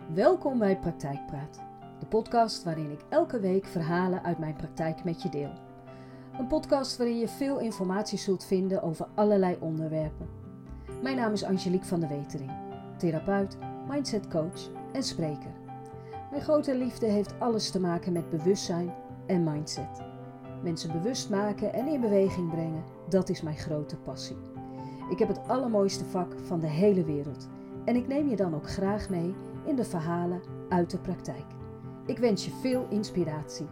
Welkom bij Praktijkpraat, de podcast waarin ik elke week verhalen uit mijn praktijk met je deel. Een podcast waarin je veel informatie zult vinden over allerlei onderwerpen. Mijn naam is Angelique van der Wetering, therapeut, mindsetcoach en spreker. Mijn grote liefde heeft alles te maken met bewustzijn en mindset. Mensen bewust maken en in beweging brengen, dat is mijn grote passie. Ik heb het allermooiste vak van de hele wereld en ik neem je dan ook graag mee in de verhalen uit de praktijk. Ik wens je veel inspiratie.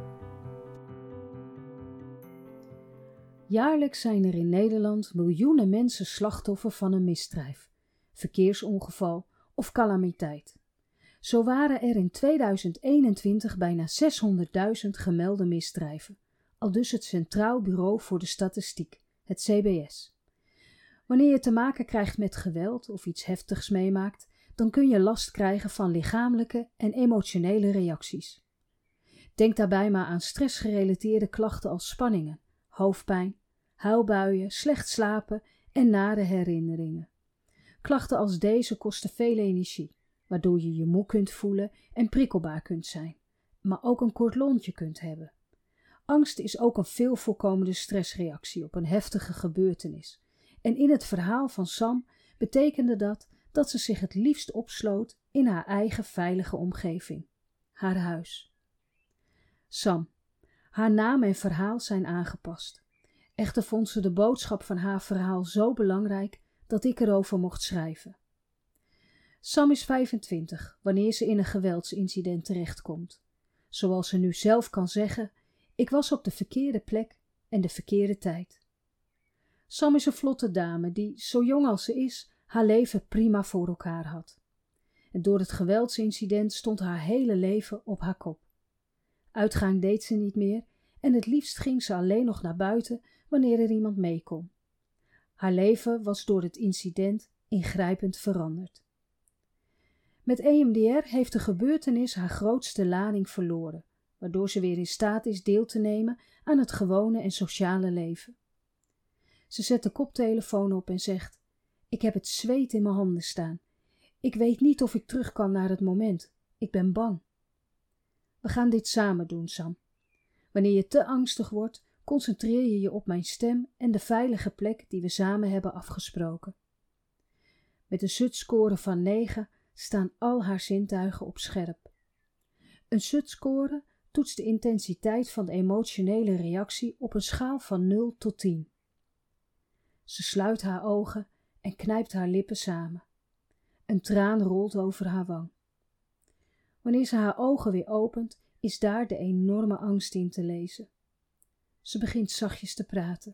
Jaarlijks zijn er in Nederland miljoenen mensen slachtoffer van een misdrijf, verkeersongeval of calamiteit. Zo waren er in 2021 bijna 600.000 gemelde misdrijven, aldus het Centraal Bureau voor de Statistiek, het CBS. Wanneer je te maken krijgt met geweld of iets heftigs meemaakt, dan kun je last krijgen van lichamelijke en emotionele reacties. Denk daarbij maar aan stressgerelateerde klachten als spanningen, hoofdpijn, huilbuien, slecht slapen en nare herinneringen. Klachten als deze kosten veel energie, waardoor je je moe kunt voelen en prikkelbaar kunt zijn, maar ook een kort lontje kunt hebben. Angst is ook een veel voorkomende stressreactie op een heftige gebeurtenis. En in het verhaal van Sam betekende dat ze zich het liefst opsloot in haar eigen veilige omgeving, haar huis. Sam. Haar naam en verhaal zijn aangepast. Echter vond ze de boodschap van haar verhaal zo belangrijk dat ik erover mocht schrijven. Sam is 25 wanneer ze in een geweldsincident terechtkomt. Zoals ze nu zelf kan zeggen, ik was op de verkeerde plek en de verkeerde tijd. Sam is een vlotte dame die, zo jong als ze is, haar leven prima voor elkaar had. En door het geweldsincident stond haar hele leven op haar kop. Uitgaan deed ze niet meer en het liefst ging ze alleen nog naar buiten wanneer er iemand mee kon. Haar leven was door het incident ingrijpend veranderd. Met EMDR heeft de gebeurtenis haar grootste lading verloren, waardoor ze weer in staat is deel te nemen aan het gewone en sociale leven. Ze zet de koptelefoon op en zegt, ik heb het zweet in mijn handen staan. Ik weet niet of ik terug kan naar het moment. Ik ben bang. We gaan dit samen doen, Sam. Wanneer je te angstig wordt, concentreer je je op mijn stem en de veilige plek die we samen hebben afgesproken. Met een SUT-score van 9 staan al haar zintuigen op scherp. Een SUT-score toetst de intensiteit van de emotionele reactie op een schaal van 0 tot 10. Ze sluit haar ogen en knijpt haar lippen samen. Een traan rolt over haar wang. Wanneer ze haar ogen weer opent, is daar de enorme angst in te lezen. Ze begint zachtjes te praten.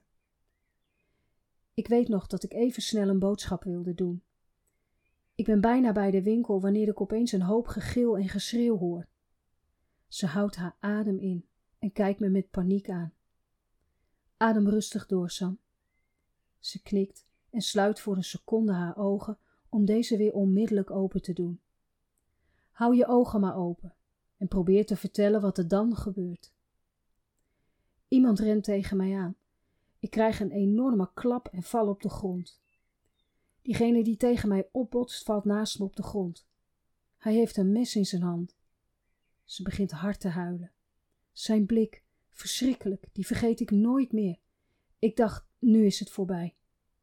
Ik weet nog dat ik even snel een boodschap wilde doen. Ik ben bijna bij de winkel wanneer ik opeens een hoop gegil en geschreeuw hoor. Ze houdt haar adem in en kijkt me met paniek aan. Adem rustig door, Sam. Ze knikt en sluit voor een seconde haar ogen om deze weer onmiddellijk open te doen. Hou je ogen maar open en probeer te vertellen wat er dan gebeurt. Iemand rent tegen mij aan. Ik krijg een enorme klap en val op de grond. Diegene die tegen mij opbotst valt naast me op de grond. Hij heeft een mes in zijn hand. Ze begint hard te huilen. Zijn blik, verschrikkelijk, die vergeet ik nooit meer. Ik dacht, nu is het voorbij.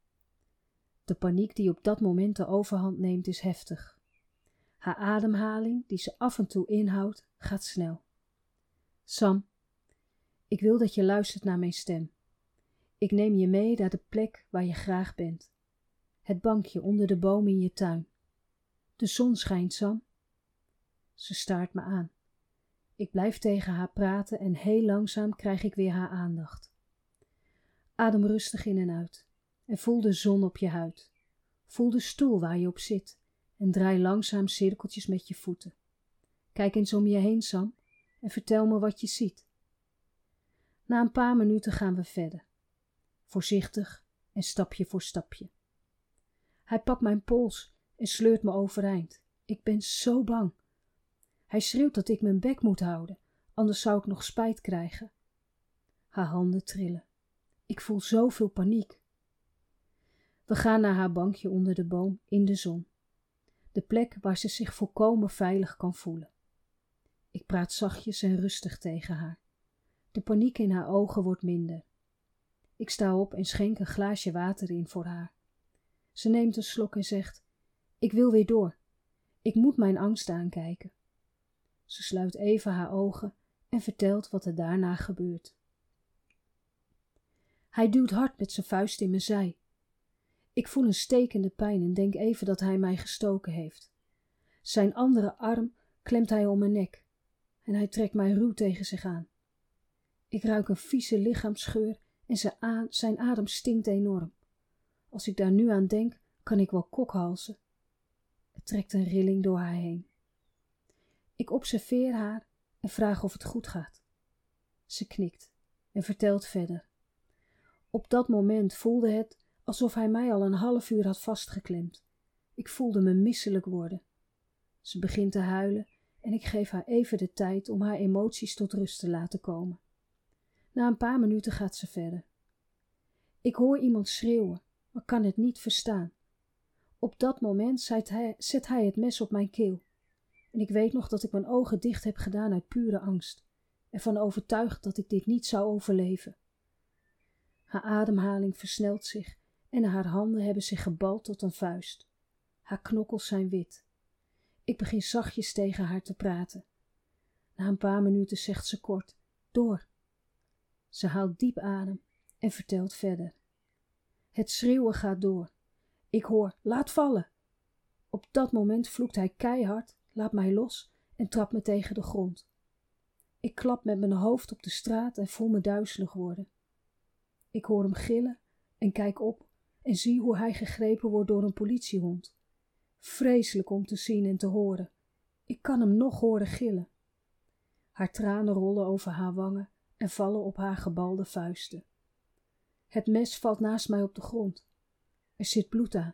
De paniek die op dat moment de overhand neemt is heftig. Haar ademhaling, die ze af en toe inhoudt, gaat snel. Sam, ik wil dat je luistert naar mijn stem. Ik neem je mee naar de plek waar je graag bent. Het bankje onder de boom in je tuin. De zon schijnt, Sam. Ze staart me aan. Ik blijf tegen haar praten en heel langzaam krijg ik weer haar aandacht. Adem rustig in en uit en voel de zon op je huid. Voel de stoel waar je op zit en draai langzaam cirkeltjes met je voeten. Kijk eens om je heen, Sam, en vertel me wat je ziet. Na een paar minuten gaan we verder. Voorzichtig en stapje voor stapje. Hij pakt mijn pols en sleurt me overeind. Ik ben zo bang. Hij schreeuwt dat ik mijn bek moet houden, anders zou ik nog spijt krijgen. Haar handen trillen. Ik voel zoveel paniek. We gaan naar haar bankje onder de boom in de zon. De de plek waar ze zich volkomen veilig kan voelen. Ik praat zachtjes en rustig tegen haar. De paniek in haar ogen wordt minder. Ik sta op en schenk een glaasje water in voor haar. Ze neemt een slok en zegt: ik wil weer door. Ik moet mijn angst aankijken. Ze sluit even haar ogen en vertelt wat er daarna gebeurt. Hij duwt hard met zijn vuist in mijn zij. Ik voel een stekende pijn en denk even dat hij mij gestoken heeft. Zijn andere arm klemt hij om mijn nek en hij trekt mij ruw tegen zich aan. Ik ruik een vieze lichaamsgeur en zijn adem stinkt enorm. Als ik daar nu aan denk, kan ik wel kokhalzen. Het trekt een rilling door haar heen. Ik observeer haar en vraag of het goed gaat. Ze knikt en vertelt verder. Op dat moment voelde het alsof hij mij al een half uur had vastgeklemd. Ik voelde me misselijk worden. Ze begint te huilen en ik geef haar even de tijd om haar emoties tot rust te laten komen. Na een paar minuten gaat ze verder. Ik hoor iemand schreeuwen, maar kan het niet verstaan. Op dat moment zet hij het mes op mijn keel. En ik weet nog dat ik mijn ogen dicht heb gedaan uit pure angst, ervan overtuigd dat ik dit niet zou overleven. Haar ademhaling versnelt zich en haar handen hebben zich gebald tot een vuist. Haar knokkels zijn wit. Ik begin zachtjes tegen haar te praten. Na een paar minuten zegt ze kort: door. Ze haalt diep adem en vertelt verder. Het schreeuwen gaat door. Ik hoor: laat vallen. Op dat moment vloekt hij keihard, laat mij los en trapt me tegen de grond. Ik klap met mijn hoofd op de straat en voel me duizelig worden. Ik hoor hem gillen en kijk op en zie hoe hij gegrepen wordt door een politiehond. Vreselijk om te zien en te horen. Ik kan hem nog horen gillen. Haar tranen rollen over haar wangen en vallen op haar gebalde vuisten. Het mes valt naast mij op de grond. Er zit bloed aan.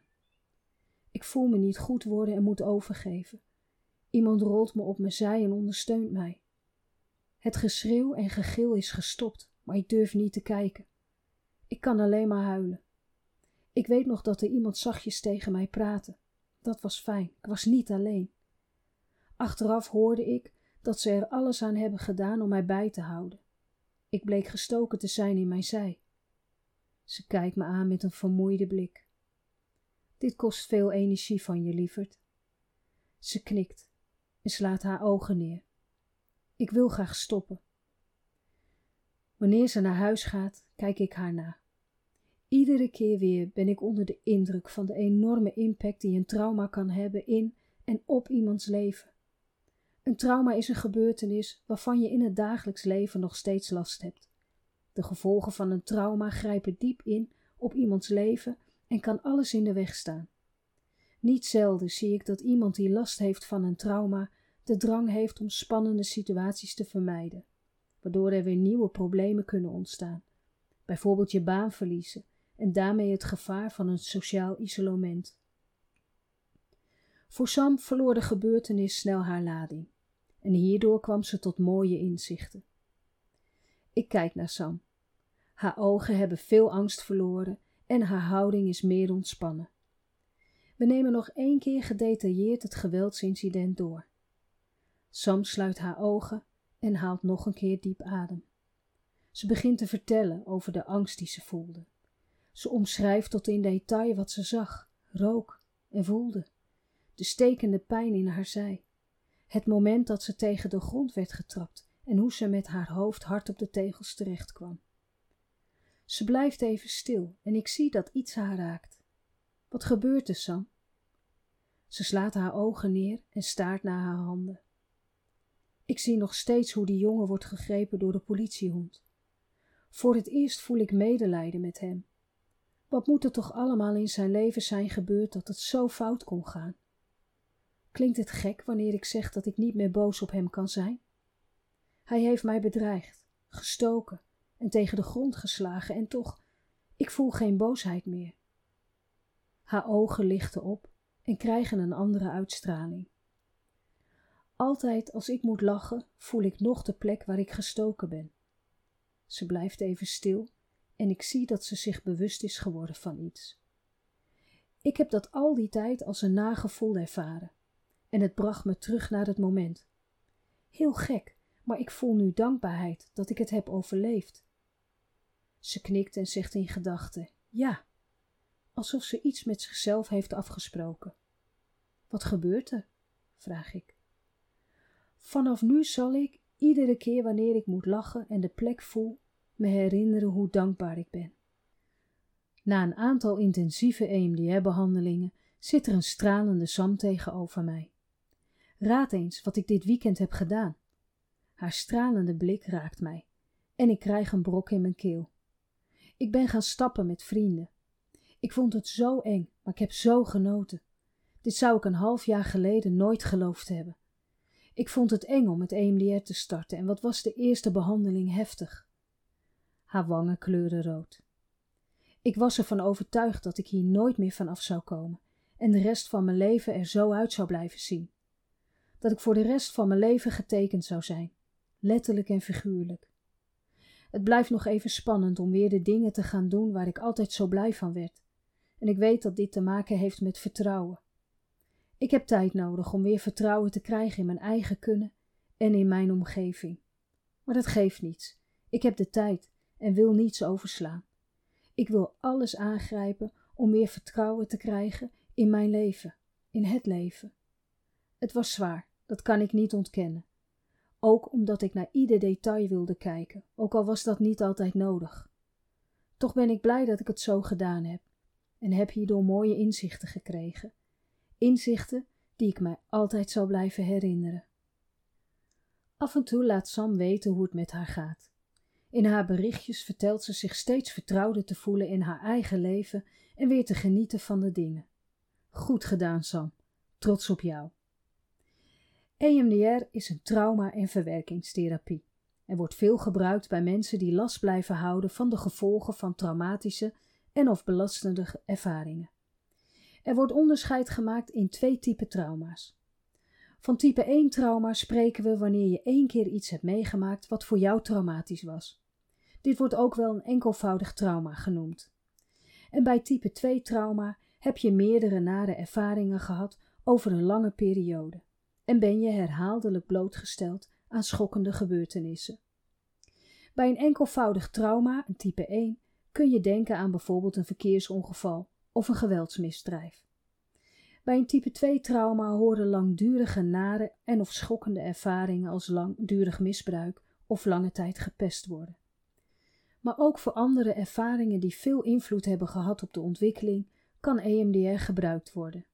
Ik voel me niet goed worden en moet overgeven. Iemand rolt me op mijn zij en ondersteunt mij. Het geschreeuw en gegil is gestopt, maar ik durf niet te kijken. Ik kan alleen maar huilen. Ik weet nog dat er iemand zachtjes tegen mij praatte. Dat was fijn, ik was niet alleen. Achteraf hoorde ik dat ze er alles aan hebben gedaan om mij bij te houden. Ik bleek gestoken te zijn in mijn zij. Ze kijkt me aan met een vermoeide blik. Dit kost veel energie van je, lieverd. Ze knikt en slaat haar ogen neer. Ik wil graag stoppen. Wanneer ze naar huis gaat, kijk ik haar na. Iedere keer weer ben ik onder de indruk van de enorme impact die een trauma kan hebben in en op iemands leven. Een trauma is een gebeurtenis waarvan je in het dagelijks leven nog steeds last hebt. De gevolgen van een trauma grijpen diep in op iemands leven en kan alles in de weg staan. Niet zelden zie ik dat iemand die last heeft van een trauma de drang heeft om spannende situaties te vermijden, waardoor er weer nieuwe problemen kunnen ontstaan. Bijvoorbeeld je baan verliezen en daarmee het gevaar van een sociaal isolement. Voor Sam verloor de gebeurtenis snel haar lading en hierdoor kwam ze tot mooie inzichten. Ik kijk naar Sam. Haar ogen hebben veel angst verloren en haar houding is meer ontspannen. We nemen nog 1 keer gedetailleerd het geweldsincident door. Sam sluit haar ogen en haalt nog een keer diep adem. Ze begint te vertellen over de angst die ze voelde. Ze omschrijft tot in detail wat ze zag, rook en voelde. De stekende pijn in haar zij. Het moment dat ze tegen de grond werd getrapt en hoe ze met haar hoofd hard op de tegels terecht kwam. Ze blijft even stil en ik zie dat iets haar raakt. Wat gebeurt er, Sam? Ze slaat haar ogen neer en staart naar haar handen. Ik zie nog steeds hoe die jongen wordt gegrepen door de politiehond. Voor het eerst voel ik medelijden met hem. Wat moet er toch allemaal in zijn leven zijn gebeurd dat het zo fout kon gaan? Klinkt het gek wanneer ik zeg dat ik niet meer boos op hem kan zijn? Hij heeft mij bedreigd, gestoken en tegen de grond geslagen en toch, ik voel geen boosheid meer. Haar ogen lichten op en krijgen een andere uitstraling. Altijd als ik moet lachen, voel ik nog de plek waar ik gestoken ben. Ze blijft even stil en ik zie dat ze zich bewust is geworden van iets. Ik heb dat al die tijd als een nagevoel ervaren, en het bracht me terug naar het moment. Heel gek, maar ik voel nu dankbaarheid dat ik het heb overleefd. Ze knikt en zegt in gedachten, ja, alsof ze iets met zichzelf heeft afgesproken. Wat gebeurt er? Vraag ik. Vanaf nu zal ik, iedere keer wanneer ik moet lachen en de plek voel, me herinneren hoe dankbaar ik ben. Na een aantal intensieve EMDR-behandelingen zit er een stralende Sam tegenover mij. Raad eens wat ik dit weekend heb gedaan. Haar stralende blik raakt mij en ik krijg een brok in mijn keel. Ik ben gaan stappen met vrienden. Ik vond het zo eng, maar ik heb zo genoten. Dit zou ik een half jaar geleden nooit geloofd hebben. Ik vond het eng om met EMDR te starten en wat was de eerste behandeling heftig. Haar wangen kleuren rood. Ik was ervan overtuigd dat ik hier nooit meer van af zou komen en de rest van mijn leven er zo uit zou blijven zien. Dat ik voor de rest van mijn leven getekend zou zijn, letterlijk en figuurlijk. Het blijft nog even spannend om weer de dingen te gaan doen waar ik altijd zo blij van werd. En ik weet dat dit te maken heeft met vertrouwen. Ik heb tijd nodig om weer vertrouwen te krijgen in mijn eigen kunnen en in mijn omgeving. Maar dat geeft niets. Ik heb de tijd en wil niets overslaan. Ik wil alles aangrijpen om weer vertrouwen te krijgen in mijn leven, in het leven. Het was zwaar, dat kan ik niet ontkennen. Ook omdat ik naar ieder detail wilde kijken, ook al was dat niet altijd nodig. Toch ben ik blij dat ik het zo gedaan heb en heb hierdoor mooie inzichten gekregen. Inzichten die ik mij altijd zal blijven herinneren. Af en toe laat Sam weten hoe het met haar gaat. In haar berichtjes vertelt ze zich steeds vertrouwder te voelen in haar eigen leven en weer te genieten van de dingen. Goed gedaan, Sam. Trots op jou. EMDR is een trauma- en verwerkingstherapie. Er wordt veel gebruikt bij mensen die last blijven houden van de gevolgen van traumatische en of belastende ervaringen. Er wordt onderscheid gemaakt in 2 typen trauma's. Van type 1 trauma spreken we wanneer je 1 keer iets hebt meegemaakt wat voor jou traumatisch was. Dit wordt ook wel een enkelvoudig trauma genoemd. En bij type 2 trauma heb je meerdere nare ervaringen gehad over een lange periode en ben je herhaaldelijk blootgesteld aan schokkende gebeurtenissen. Bij een enkelvoudig trauma, een type 1, kun je denken aan bijvoorbeeld een verkeersongeval of een geweldsmisdrijf. Bij een type 2 trauma horen langdurige nare en of schokkende ervaringen als langdurig misbruik of lange tijd gepest worden. Maar ook voor andere ervaringen die veel invloed hebben gehad op de ontwikkeling, kan EMDR gebruikt worden.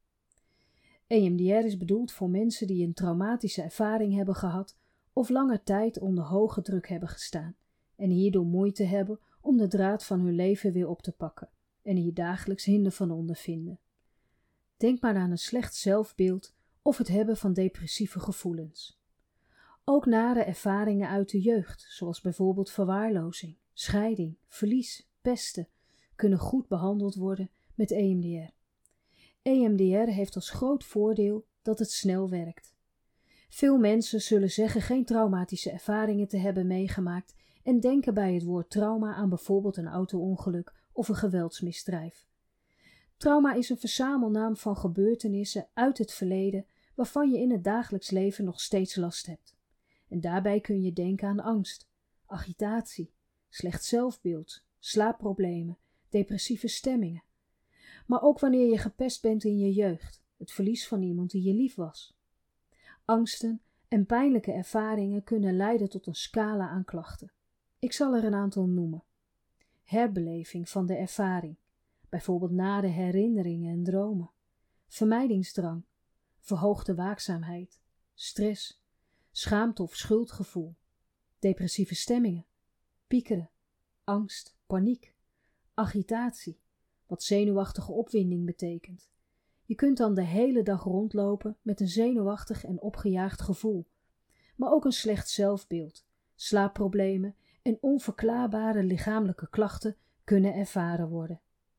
EMDR is bedoeld voor mensen die een traumatische ervaring hebben gehad of lange tijd onder hoge druk hebben gestaan en hierdoor moeite hebben om de draad van hun leven weer op te pakken en hier dagelijks hinder van ondervinden. Denk maar aan een slecht zelfbeeld of het hebben van depressieve gevoelens. Ook nare ervaringen uit de jeugd, zoals bijvoorbeeld verwaarlozing, scheiding, verlies, pesten, kunnen goed behandeld worden met EMDR. EMDR heeft als groot voordeel dat het snel werkt. Veel mensen zullen zeggen geen traumatische ervaringen te hebben meegemaakt en denken bij het woord trauma aan bijvoorbeeld een auto-ongeluk of een geweldsmisdrijf. Trauma is een verzamelnaam van gebeurtenissen uit het verleden waarvan je in het dagelijks leven nog steeds last hebt. En daarbij kun je denken aan angst, agitatie, slecht zelfbeeld, slaapproblemen, depressieve stemmingen. Maar ook wanneer je gepest bent in je jeugd, het verlies van iemand die je lief was. Angsten en pijnlijke ervaringen kunnen leiden tot een scala aan klachten. Ik zal er een aantal noemen. Herbeleving van de ervaring, bijvoorbeeld nare herinneringen en dromen. Vermijdingsdrang, verhoogde waakzaamheid, stress, schaamte of schuldgevoel, depressieve stemmingen, piekeren, angst, paniek, agitatie, wat zenuwachtige opwinding betekent. Je kunt dan de hele dag rondlopen met een zenuwachtig en opgejaagd gevoel, maar ook een slecht zelfbeeld, slaapproblemen en onverklaarbare lichamelijke klachten kunnen ervaren worden.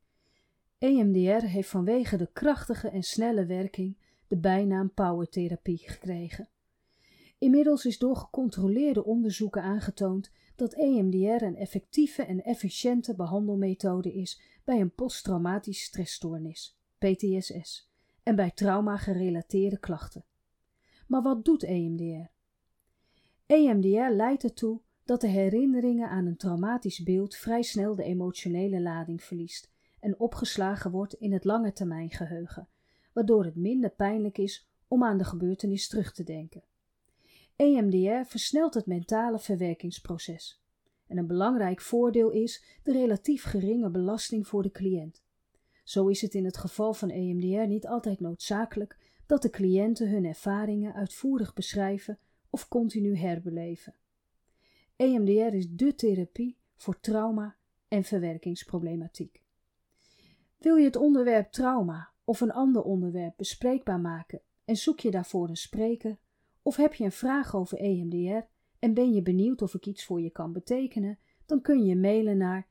EMDR heeft vanwege de krachtige en snelle werking de bijnaam powertherapie gekregen. Inmiddels is door gecontroleerde onderzoeken aangetoond dat EMDR een effectieve en efficiënte behandelmethode is bij een posttraumatische stressstoornis, PTSS, en bij trauma-gerelateerde klachten, Maar wat doet EMDR? EMDR leidt ertoe dat de herinneringen aan een traumatisch beeld vrij snel de emotionele lading verliest en opgeslagen wordt in het langetermijngeheugen, waardoor het minder pijnlijk is om aan de gebeurtenis terug te denken. EMDR versnelt het mentale verwerkingsproces. En een belangrijk voordeel is de relatief geringe belasting voor de cliënt. Zo is het in het geval van EMDR niet altijd noodzakelijk dat de cliënten hun ervaringen uitvoerig beschrijven of continu herbeleven. EMDR is dé therapie voor trauma en verwerkingsproblematiek. Wil je het onderwerp trauma of een ander onderwerp bespreekbaar maken en zoek je daarvoor een spreker? Of heb je een vraag over EMDR en ben je benieuwd of ik iets voor je kan betekenen? Dan kun je mailen naar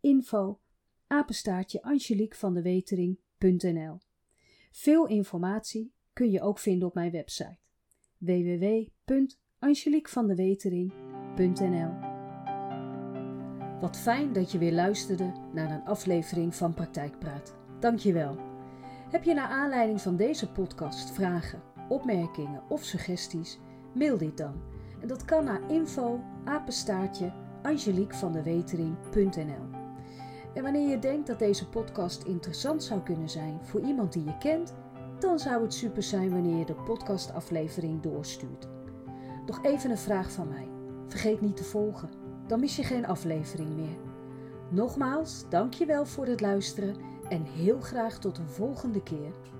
info@angeliquevandewetering.nl. Veel informatie kun je ook vinden op mijn website www.angeliquevandewetering.nl. Wat fijn dat je weer luisterde naar een aflevering van Praktijkpraat. Dank je wel. Heb je naar aanleiding van deze podcast vragen, opmerkingen of suggesties? Mail dit dan. En dat kan naar info@angeliquevandewetering.nl. En wanneer je denkt dat deze podcast interessant zou kunnen zijn voor iemand die je kent, dan zou het super zijn wanneer je de podcastaflevering doorstuurt. Nog even een vraag van mij. Vergeet niet te volgen, dan mis je geen aflevering meer. Nogmaals, dank je wel voor het luisteren en heel graag tot een volgende keer.